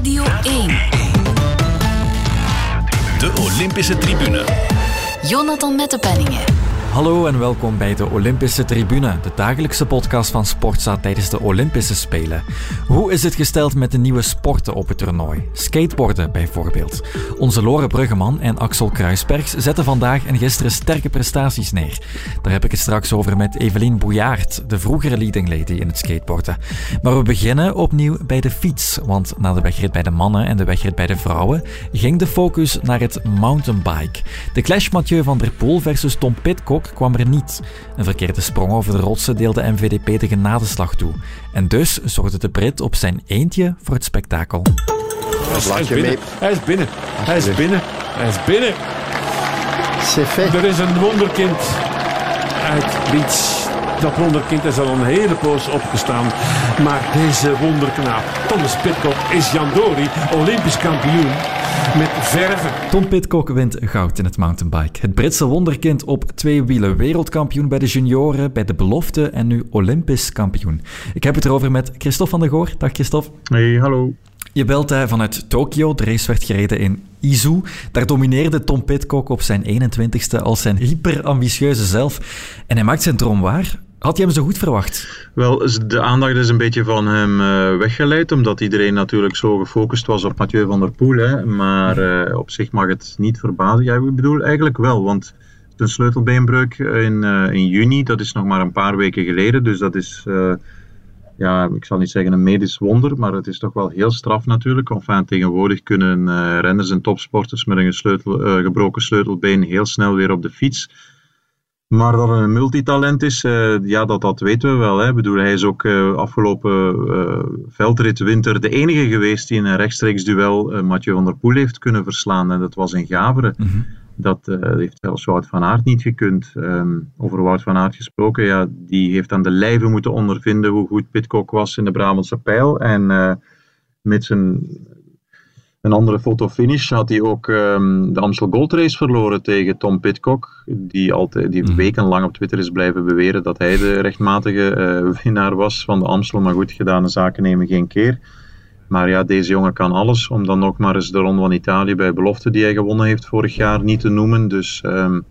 Radio 1. De Olympische Tribune. Jonathan Mettepenningen. Hallo en welkom bij de Olympische Tribune, de dagelijkse podcast van Sportza tijdens de Olympische Spelen. Hoe is het gesteld met de nieuwe sporten op het toernooi? Skateboarden bijvoorbeeld. Onze Lore Bruggeman en Axel Kruisbergs zetten vandaag en gisteren sterke prestaties neer. Daar heb ik het straks over met Evelien Bouillard, de vroegere leading lady in het skateboarden. Maar we beginnen opnieuw bij de fiets, want na de wegrit bij de mannen en de wegrit bij de vrouwen ging de focus naar het mountainbike. De clash Mathieu van der Poel versus Tom Pidcock kwam er niet. Een verkeerde sprong over de rotsen deelde MVDP de genadeslag toe. En dus zorgde de Brit op zijn eentje voor het spektakel. Hij is binnen. Hij is binnen. Er is een wonderkind uit Leeds. Dat wonderkind is al een hele poos opgestaan. Maar deze wonderknaap, Thomas Pidcock, is Jandori, Olympisch kampioen met verven. Tom Pidcock wint goud in het mountainbike. Het Britse wonderkind op 2 wielen, wereldkampioen bij de junioren, bij de belofte en nu Olympisch kampioen. Ik heb het erover met Christophe van der Goor. Dag Christophe. Hey, hallo. Je belt vanuit Tokio. De race werd gereden in Izu. Daar domineerde Tom Pidcock op zijn 21ste als zijn hyperambitieuze zelf. En hij maakt zijn droom waar. Had je hem zo goed verwacht? Wel, de aandacht is een beetje van hem weggeleid, omdat iedereen natuurlijk zo gefocust was op Mathieu van der Poel. Hè. Maar op zich mag het niet verbazen. Ja, ik bedoel eigenlijk wel, want een sleutelbeenbreuk in juni, dat is nog maar een paar weken geleden. Dus dat is, ik zal niet zeggen een medisch wonder, maar het is toch wel heel straf natuurlijk. Enfin, tegenwoordig kunnen renners en topsporters met een gebroken sleutelbeen heel snel weer op de fiets. Maar dat hij een multitalent is, dat weten we wel. Hè. Ik bedoel, hij is ook afgelopen veldritwinter de enige geweest die in een rechtstreeks duel Mathieu van der Poel heeft kunnen verslaan. En dat was in Gaveren. Mm-hmm. Dat heeft zelfs Wout van Aert niet gekund. Over Wout van Aert gesproken, die heeft aan de lijve moeten ondervinden hoe goed Pidcock was in de Brabantse Pijl. En met een andere fotofinish had hij ook de Amstel Gold Race verloren tegen Tom Pidcock, die wekenlang op Twitter is blijven beweren dat hij de rechtmatige winnaar was van de Amstel. Maar goed, gedane zaken nemen geen keer. Maar ja, deze jongen kan alles, om dan nog maar eens de Ronde van Italië bij belofte die hij gewonnen heeft vorig jaar niet te noemen. Dus,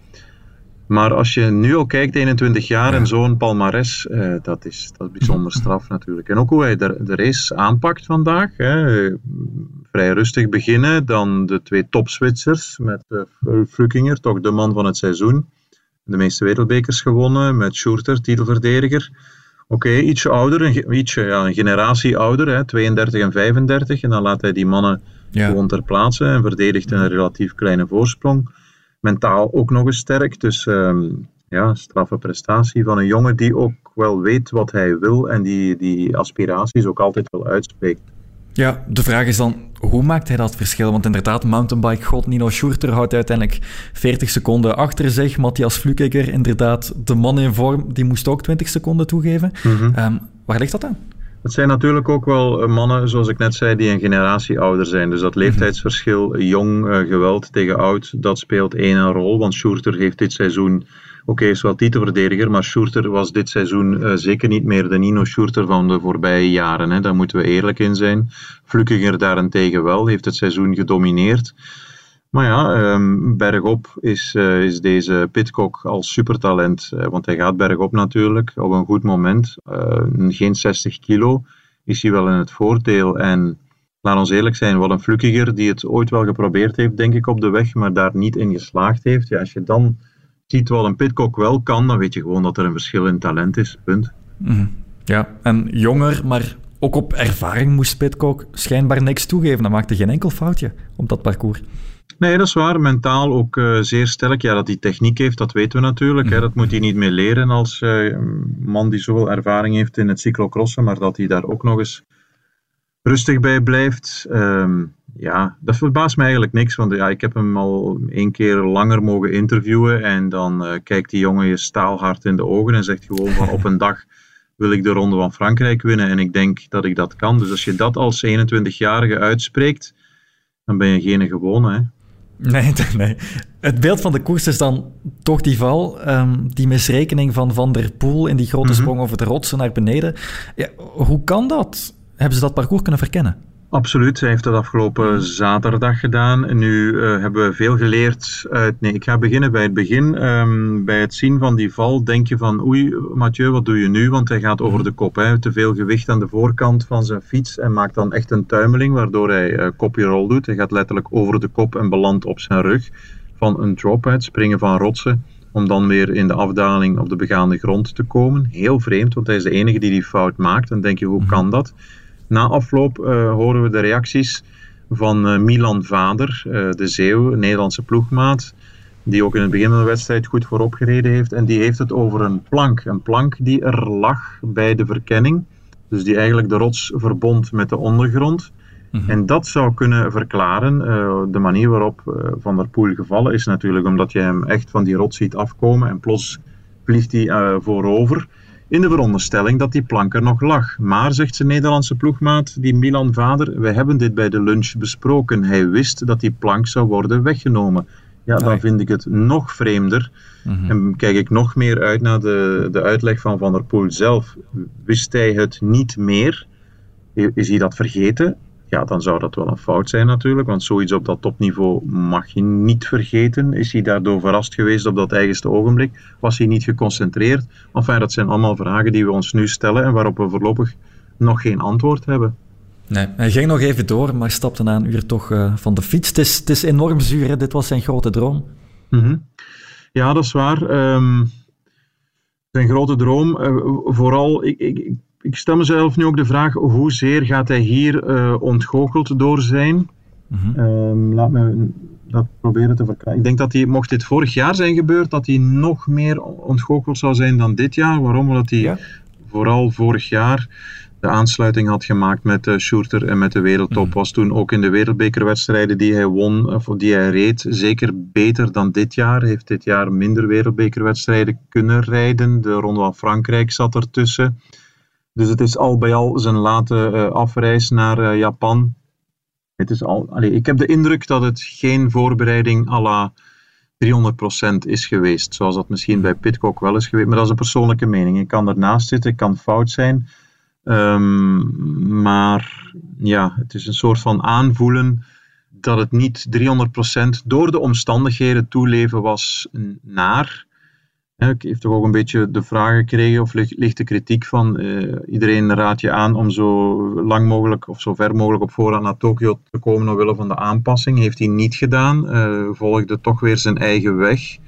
maar als je nu al kijkt, 21 jaar en zo'n palmares, dat is bijzonder straf natuurlijk. En ook hoe hij de race aanpakt vandaag. Hè. Vrij rustig beginnen, dan de 2 topswitsers met Flückiger, toch de man van het seizoen. De meeste wereldbekers gewonnen, met Schurter, titelverdediger. Oké, ietsje ouder, een generatie ouder, hè, 32 en 35. En dan laat hij die mannen gewoon ter plaatse en verdedigt een relatief kleine voorsprong. Mentaal ook nog eens sterk, dus straffe prestatie van een jongen die ook wel weet wat hij wil en die aspiraties ook altijd wel uitspreekt. Ja, de vraag is dan, hoe maakt hij dat verschil? Want inderdaad, mountainbike-god Nino Schurter houdt uiteindelijk 40 seconden achter zich. Matthias Flückiger, inderdaad, de man in vorm, die moest ook 20 seconden toegeven. Mm-hmm. Waar ligt dat aan? Het zijn natuurlijk ook wel mannen, zoals ik net zei, die een generatie ouder zijn. Dus dat leeftijdsverschil, jong, geweld tegen oud, dat speelt een rol. Want Schurter heeft dit seizoen... Oké, is wel titelverdediger, maar Schurter was dit seizoen zeker niet meer de Nino Schurter van de voorbije jaren. Hè. Daar moeten we eerlijk in zijn. Flückiger daarentegen wel, heeft het seizoen gedomineerd. Maar ja, bergop is deze Pidcock als supertalent. Want hij gaat bergop natuurlijk, op een goed moment. Geen 60 kilo, is hij wel in het voordeel. En laat ons eerlijk zijn, wat een Flückiger die het ooit wel geprobeerd heeft, denk ik, op de weg, maar daar niet in geslaagd heeft. Ja, als je dan ziet wat een Pidcock wel kan, dan weet je gewoon dat er een verschil in talent is. Punt. Mm-hmm. Ja, en jonger, maar ook op ervaring moest Pidcock schijnbaar niks toegeven. Hij maakte geen enkel foutje op dat parcours. Nee, dat is waar. Mentaal ook zeer sterk. Ja, dat hij techniek heeft, dat weten we natuurlijk. Hè. Dat moet hij niet meer leren als man die zoveel ervaring heeft in het cyclocrossen, maar dat hij daar ook nog eens rustig bij blijft. Dat verbaast me eigenlijk niks, want ik heb hem al 1 keer langer mogen interviewen en dan kijkt die jongen je staalhard in de ogen en zegt gewoon van op een dag wil ik de Ronde van Frankrijk winnen en ik denk dat ik dat kan. Dus als je dat als 21-jarige uitspreekt, dan ben je geen gewone, hè. Nee. Het beeld van de koers is dan toch die val, die misrekening van der Poel in die grote sprong over de rotsen naar beneden. Ja, hoe kan dat? Hebben ze dat parcours kunnen verkennen? Absoluut, hij heeft dat afgelopen zaterdag gedaan. En nu hebben we veel geleerd uit... Nee, ik ga beginnen bij het begin. Bij het zien van die val denk je van... Oei, Mathieu, wat doe je nu? Want hij gaat over de kop. Hè. Te veel gewicht aan de voorkant van zijn fiets en maakt dan echt een tuimeling, waardoor hij kopje rol doet. Hij gaat letterlijk over de kop en belandt op zijn rug van een drop, het springen van rotsen, om dan weer in de afdaling op de begaande grond te komen. Heel vreemd, want hij is de enige die fout maakt. Dan denk je, hoe kan dat? Na afloop horen we de reacties van Milan Vader, de Zeeuw, een Nederlandse ploegmaat, die ook in het begin van de wedstrijd goed voorop gereden heeft. En die heeft het over een plank. Een plank die er lag bij de verkenning. Dus die eigenlijk de rots verbond met de ondergrond. En dat zou kunnen verklaren de manier waarop Van der Poel gevallen is natuurlijk. Omdat je hem echt van die rots ziet afkomen en plots vliegt hij voorover. In de veronderstelling dat die plank er nog lag. Maar, zegt zijn Nederlandse ploegmaat, die Milan Vader, we hebben dit bij de lunch besproken. Hij wist dat die plank zou worden weggenomen. Ja, dan vind ik het nog vreemder. En kijk ik nog meer uit naar de uitleg van Van der Poel zelf. Wist hij het niet meer? Is hij dat vergeten? Ja, dan zou dat wel een fout zijn natuurlijk, want zoiets op dat topniveau mag je niet vergeten. Is hij daardoor verrast geweest op dat eigenste ogenblik? Was hij niet geconcentreerd? Enfin, dat zijn allemaal vragen die we ons nu stellen en waarop we voorlopig nog geen antwoord hebben. Nee, hij ging nog even door, maar stapte na een uur toch van de fiets. Het is enorm zuur, hè? Dit was zijn grote droom. Ja, dat is waar. Zijn grote droom, vooral... Ik stel mezelf nu ook de vraag, hoezeer gaat hij hier ontgoocheld door zijn? Laat me dat proberen te verklaren. Ik denk dat mocht dit vorig jaar zijn gebeurd, dat hij nog meer ontgoocheld zou zijn dan dit jaar. Waarom? Omdat hij vooral vorig jaar de aansluiting had gemaakt met Schurter en met de wereldtop. Was toen ook in de wereldbekerwedstrijden die hij won, of die hij reed, zeker beter dan dit jaar. Heeft dit jaar minder wereldbekerwedstrijden kunnen rijden. De Ronde van Frankrijk zat ertussen. Dus het is al bij al zijn late afreis naar Japan. Het is ik heb de indruk dat het geen voorbereiding à la 300% is geweest. Zoals dat misschien bij Pidcock wel is geweest. Maar dat is een persoonlijke mening. Ik kan ernaast zitten, ik kan fout zijn. Maar ja, het is een soort van aanvoelen dat het niet 300% door de omstandigheden toeleven was naar... Ik heb toch ook een beetje de vraag gekregen, of ligt de kritiek van iedereen raadt je aan om zo lang mogelijk of zo ver mogelijk op voorhand naar Tokio te komen omwille van de aanpassing. Heeft hij niet gedaan, volgde toch weer zijn eigen weg.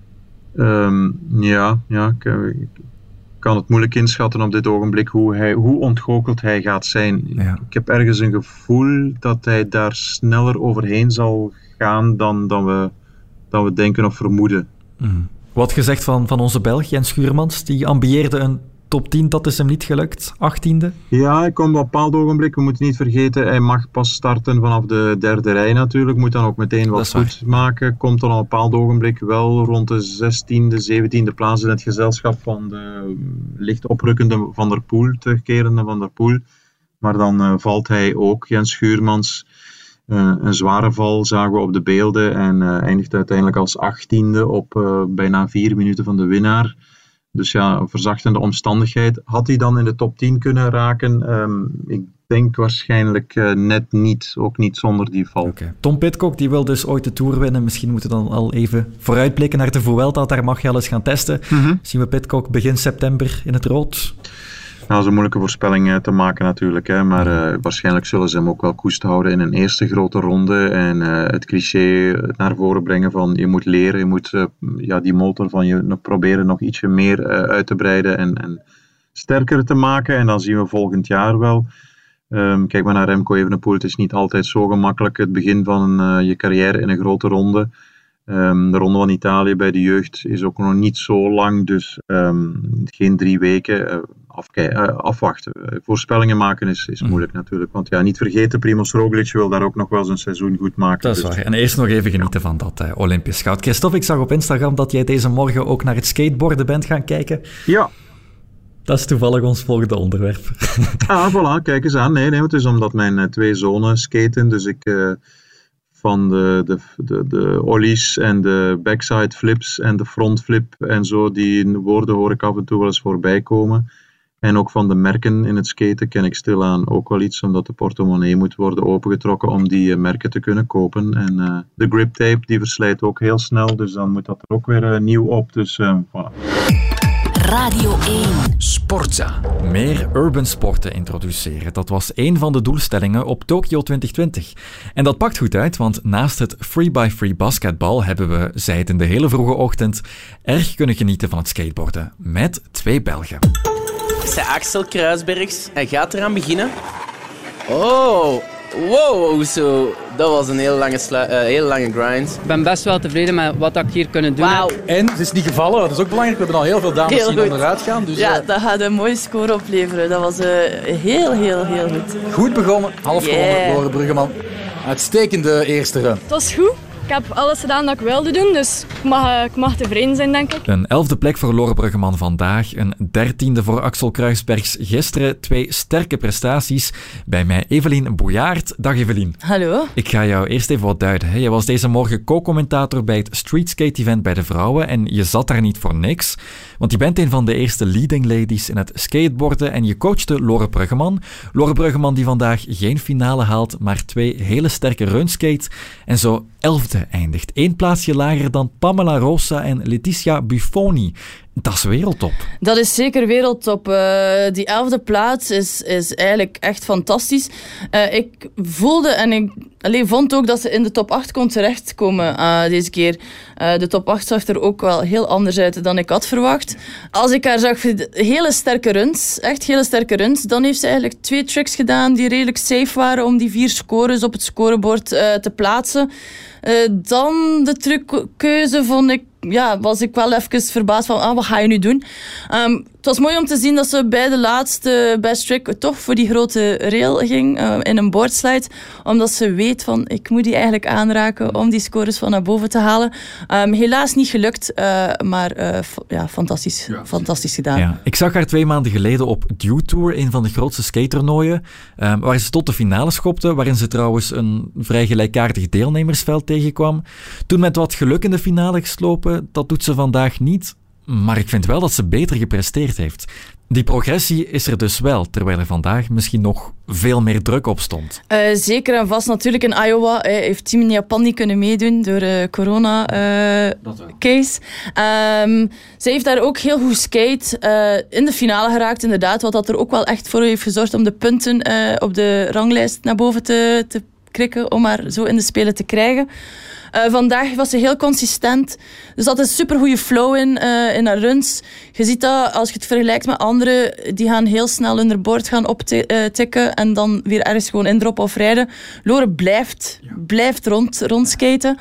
Ik kan het moeilijk inschatten op dit ogenblik hoe ontgoocheld hij gaat zijn. Ja. Ik heb ergens een gevoel dat hij daar sneller overheen zal gaan dan we denken of vermoeden. Wat gezegd van onze Belg, Jens Schuurmans, die ambieerde een top 10, dat is hem niet gelukt, 18e. Ja, hij komt op een bepaald ogenblik, we moeten niet vergeten, hij mag pas starten vanaf de derde rij natuurlijk, moet dan ook meteen wat goed maken, komt dan op een bepaald ogenblik wel rond de 16e, 17e plaats in het gezelschap van de licht oprukkende Van der Poel, terugkerende Van der Poel, maar dan valt hij ook, Jens Schuurmans. Een zware val zagen we op de beelden en eindigt uiteindelijk als 18e op bijna 4 minuten van de winnaar. Dus ja, een verzachtende omstandigheid. Had hij dan in de top 10 kunnen raken? Ik denk waarschijnlijk net niet, ook niet zonder die val. Okay. Tom Pidcock die wil dus ooit de Tour winnen. Misschien moeten we dan al even vooruitblikken naar de Vuelta. Daar mag je al eens gaan testen. Zien we Pidcock begin september in het rood? Dat is een moeilijke voorspelling te maken natuurlijk, hè. Maar waarschijnlijk zullen ze hem ook wel koest houden in een eerste grote ronde en het cliché naar voren brengen van je moet leren, je moet die motor van je proberen nog ietsje meer uit te breiden en sterker te maken en dan zien we volgend jaar wel. Kijk maar naar Remco Evenepoel, het is niet altijd zo gemakkelijk het begin van je carrière in een grote ronde. De Ronde van Italië bij de jeugd is ook nog niet zo lang, dus geen 3 weken. Afwachten. Voorspellingen maken is moeilijk natuurlijk. Want ja, niet vergeten, Primoz Roglic wil daar ook nog wel zijn seizoen goed maken. Dat is waar. En eerst nog even genieten van dat Olympisch goud. Christophe, ik zag op Instagram dat jij deze morgen ook naar het skateboarden bent gaan kijken. Ja. Dat is toevallig ons volgende onderwerp. Voilà, kijk eens aan. Nee, het is omdat mijn 2 zonen skaten, dus ik... van de ollies en de backside flips en de front flip en zo, die woorden hoor ik af en toe wel eens voorbij komen. En ook van de merken in het skaten ken ik stilaan ook wel iets, omdat de portemonnee moet worden opengetrokken om die merken te kunnen kopen. En de grip tape die verslijt ook heel snel, dus dan moet dat er ook weer nieuw op. Dus voilà. Radio 1. Sportza. Meer urban sporten introduceren. Dat was één van de doelstellingen op Tokio 2020. En dat pakt goed uit, want naast het 3x3 basketbal hebben we, zei het in de hele vroege ochtend, erg kunnen genieten van het skateboarden. Met 2 Belgen. Ik ben Axel Kruisbergs. Hij gaat eraan beginnen. Oh, wow, zo. Dat was een heel lange grind. Ik ben best wel tevreden met wat ik hier kunnen doen. Wauw. En het is niet gevallen, dat is ook belangrijk. We hebben al heel veel dames Heel zien goed. onderuit gaan. Dus, Ja, dat gaat een mooie score opleveren. Dat was heel goed. goed begonnen, half ronde, Lore Bruggeman. Uitstekende eerste run. Het was goed. Ik heb alles gedaan dat ik wilde doen, dus ik mag tevreden zijn, denk ik. Een 11e plek voor Lore Bruggeman vandaag, een 13e voor Axel Kruisbergs gisteren. 2 sterke prestaties. Bij mij Evelien Bouillard. Dag Evelien. Hallo. Ik ga jou eerst even wat duiden. Hè. Je was deze morgen co-commentator bij het streetskate-event bij de vrouwen en je zat daar niet voor niks. Want je bent een van de eerste leading ladies in het skateboarden en je coachte Lore Bruggeman. Lore Bruggeman die vandaag geen finale haalt, maar 2 hele sterke runskate en zo 11e eindigt. 1 plaatsje lager dan Pamela Rosa en Leticia Buffoni. Dat is wereldtop. Dat is zeker wereldtop. Die 11e plaats is eigenlijk echt fantastisch. Ik voelde en ik vond ook dat ze in de top 8 kon terechtkomen deze keer. De top 8 zag er ook wel heel anders uit dan ik had verwacht. Als ik haar zag, hele sterke runs, echt hele sterke runs, dan heeft ze eigenlijk 2 tricks gedaan die redelijk safe waren om die 4 scores op het scorebord te plaatsen. Dan de truckeuze was ik wel even verbaasd van, wat ga je nu doen? Het was mooi om te zien dat ze bij de laatste best trick toch voor die grote rail ging, in een boardslide, omdat ze weet van, ik moet die eigenlijk aanraken om die scores van naar boven te halen. Helaas niet gelukt, maar fantastisch, fantastisch gedaan. Ja, ik zag haar 2 maanden geleden op Dew Tour, een van de grootste skatetoernooien, waar ze tot de finale schopte, waarin ze trouwens een vrij gelijkaardig deelnemersveld tegenkwam. Toen met wat geluk in de finale geslopen, dat doet ze vandaag niet. Maar ik vind wel dat ze beter gepresteerd heeft. Die progressie is er dus wel, terwijl er vandaag misschien nog veel meer druk op stond. Zeker en vast. Natuurlijk in Iowa heeft Team Japan niet kunnen meedoen door de corona-case. Ze heeft daar ook heel goed skate in de finale geraakt, inderdaad. Wat dat er ook wel echt voor heeft gezorgd om de punten op de ranglijst naar boven te krikken, om haar zo in de Spelen te krijgen. Vandaag was ze heel consistent. Er zat een supergoeie flow in haar runs. Je ziet dat als je het vergelijkt met anderen, die gaan heel snel hun bord gaan optikken en dan weer ergens gewoon indroppen of rijden. Lore blijft rondskaten.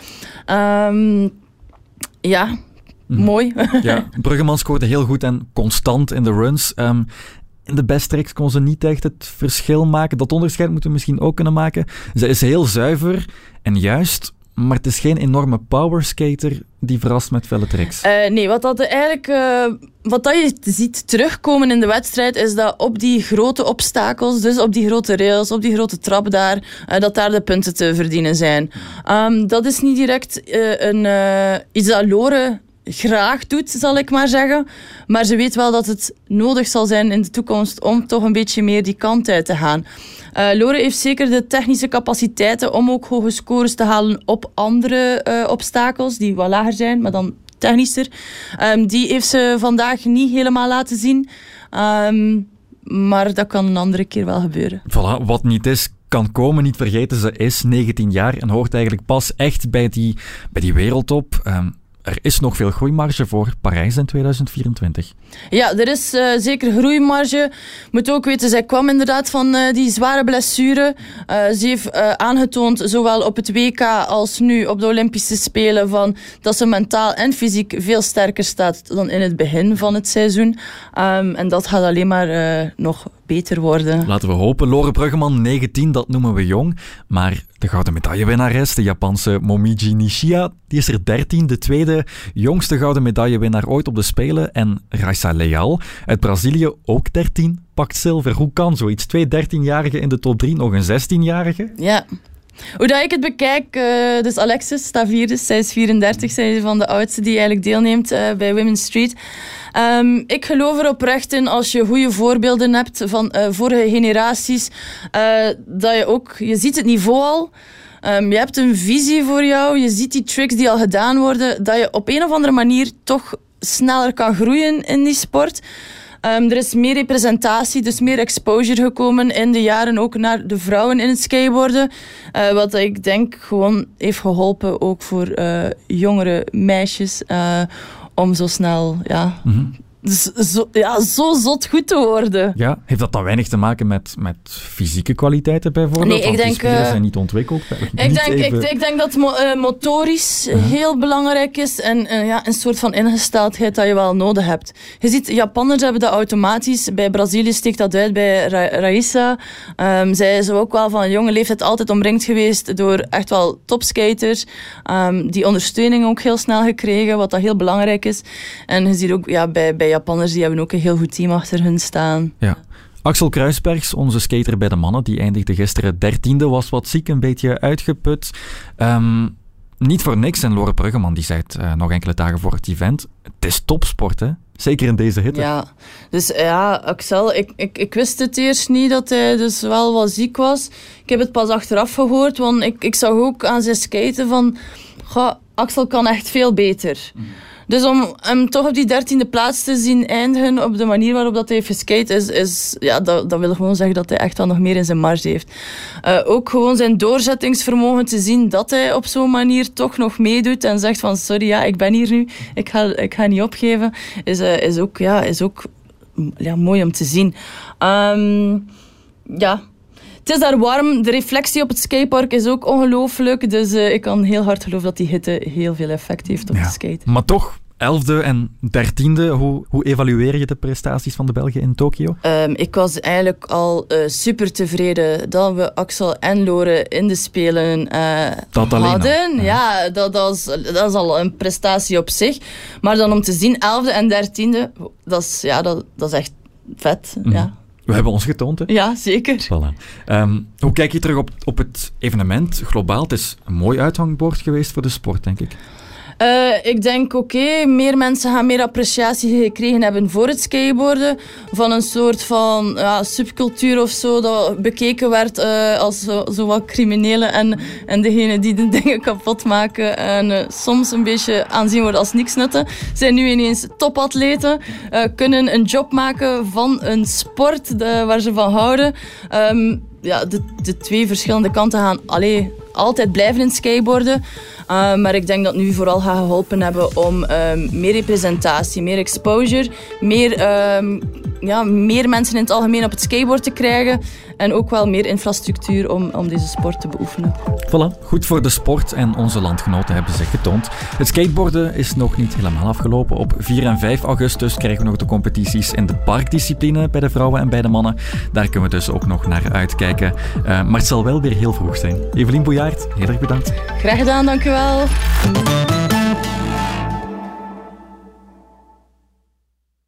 Mooi. Ja, Bruggeman scoorde heel goed en constant in de runs. In de best tricks kon ze niet echt het verschil maken. Dat onderscheid moeten we misschien ook kunnen maken. Ze is heel zuiver en juist, maar het is geen enorme powerskater die verrast met felle tricks. Nee, wat dat je ziet terugkomen in de wedstrijd is dat op die grote obstakels, dus op die grote rails, op die grote trap daar, dat daar de punten te verdienen zijn. Dat is niet direct iets dat Lore graag doet, zal ik maar zeggen. Maar ze weet wel dat het nodig zal zijn in de toekomst om toch een beetje meer die kant uit te gaan. Lore heeft zeker de technische capaciteiten om ook hoge scores te halen op andere obstakels die wat lager zijn, maar dan technischer. Die heeft ze vandaag niet helemaal laten zien. Maar dat kan een andere keer wel gebeuren. Voilà, wat niet is, kan komen. Niet vergeten, ze is 19 jaar en hoort eigenlijk pas echt bij die wereldtop. Er is nog veel groeimarge voor Parijs in 2024. Ja, er is zeker groeimarge. Moet ook weten, zij kwam inderdaad van die zware blessure. Ze heeft aangetoond, zowel op het WK als nu op de Olympische Spelen, dat ze mentaal en fysiek veel sterker staat dan in het begin van het seizoen. En dat gaat alleen maar nog beter worden. Laten we hopen. Lore Bruggeman, 19, dat noemen we jong. Maar de gouden medaillewinnares, de Japanse Momiji Nishia, die is er 13, de tweede jongste gouden medaillewinnaar ooit op de Spelen. En Raissa Leal uit Brazilië, ook 13, pakt zilver. Hoe kan zoiets? 2 13-jarigen in de top 3, nog een 16-jarige? Ja. Hoe dat ik het bekijk, dus Alexis staat vierde, zij is 34, zij is van de oudste die eigenlijk deelneemt bij Women's Street. Ik geloof er oprecht in, als je goede voorbeelden hebt van vorige generaties, dat je ziet het niveau al. Je hebt een visie voor jou, je ziet die tricks die al gedaan worden, dat je op een of andere manier toch sneller kan groeien in die sport. Er is meer representatie, dus meer exposure gekomen in de jaren ook naar de vrouwen in het skateboarden. Wat ik denk gewoon heeft geholpen ook voor jongere meisjes om zo snel zo zot goed te worden. Ja, heeft dat dan weinig te maken met fysieke kwaliteiten bijvoorbeeld? Nee, ik denk... die spieren zijn niet ontwikkeld. Ik denk dat motorisch heel belangrijk is en een soort van ingesteldheid dat je wel nodig hebt. Je ziet, Japanners hebben dat automatisch. Bij Brazilië steekt dat uit bij Raissa. Zij is ook wel van een jonge leeftijd altijd omringd geweest door echt wel topskaters. Die ondersteuning ook heel snel gekregen, wat dat heel belangrijk is. En je ziet ook bij Japanners, die hebben ook een heel goed team achter hun staan. Ja. Axel Kruisbergs, onze skater bij de mannen, die eindigde gisteren 13e, was wat ziek, een beetje uitgeput. Niet voor niks. En Lore Bruggeman die zei het nog enkele dagen voor het event. Het is topsport, hè? Zeker in deze hitte. Ja, dus Axel, ik wist het eerst niet dat hij dus wel wat ziek was. Ik heb het pas achteraf gehoord, want ik zag ook aan zijn skaten van... Axel kan echt veel beter. Dus om hem toch op die 13e plaats te zien eindigen op de manier waarop dat hij heeft geskate, dat wil gewoon zeggen dat hij echt wel nog meer in zijn marge heeft. Ook gewoon zijn doorzettingsvermogen te zien dat hij op zo'n manier toch nog meedoet en zegt van sorry, ik ben hier nu, ik ga niet opgeven, is ook mooi om te zien. Het is daar warm. De reflectie op het skatepark is ook ongelooflijk. Dus ik kan heel hard geloven dat die hitte heel veel effect heeft op de skate. Maar toch, 11e en 13e, hoe evalueer je de prestaties van de Belgen in Tokio? Ik was eigenlijk al super tevreden dat we Axel en Lore in de Spelen hadden. Ja, dat is al een prestatie op zich. Maar dan om te zien 11e en 13e, dat is echt vet. Ja. We hebben ons getoond, hè? Ja, zeker. Voilà. Hoe kijk je terug op het evenement globaal? Het is een mooi uithangbord geweest voor de sport, denk ik. Ik denk meer mensen gaan meer appreciatie gekregen hebben voor het skateboarden. Van een soort van subcultuur of zo, dat bekeken werd als zo wat criminelen en degene die de dingen kapot maken en soms een beetje aanzien worden als niks nutten. Zijn nu ineens topatleten, kunnen een job maken van een sport waar ze van houden. De twee verschillende kanten gaan altijd blijven in het skateboarden. Maar ik denk dat nu vooral gaat geholpen hebben om meer representatie, meer exposure, meer mensen in het algemeen op het skateboard te krijgen en ook wel meer infrastructuur om deze sport te beoefenen. Voilà, goed voor de sport en onze landgenoten hebben zich getoond. Het skateboarden is nog niet helemaal afgelopen. Op 4 en 5 augustus krijgen we nog de competities in de parkdiscipline bij de vrouwen en bij de mannen. Daar kunnen we dus ook nog naar uitkijken. Maar het zal wel weer heel vroeg zijn. Evelien Bouillard, heel erg bedankt. Graag gedaan, dank u wel.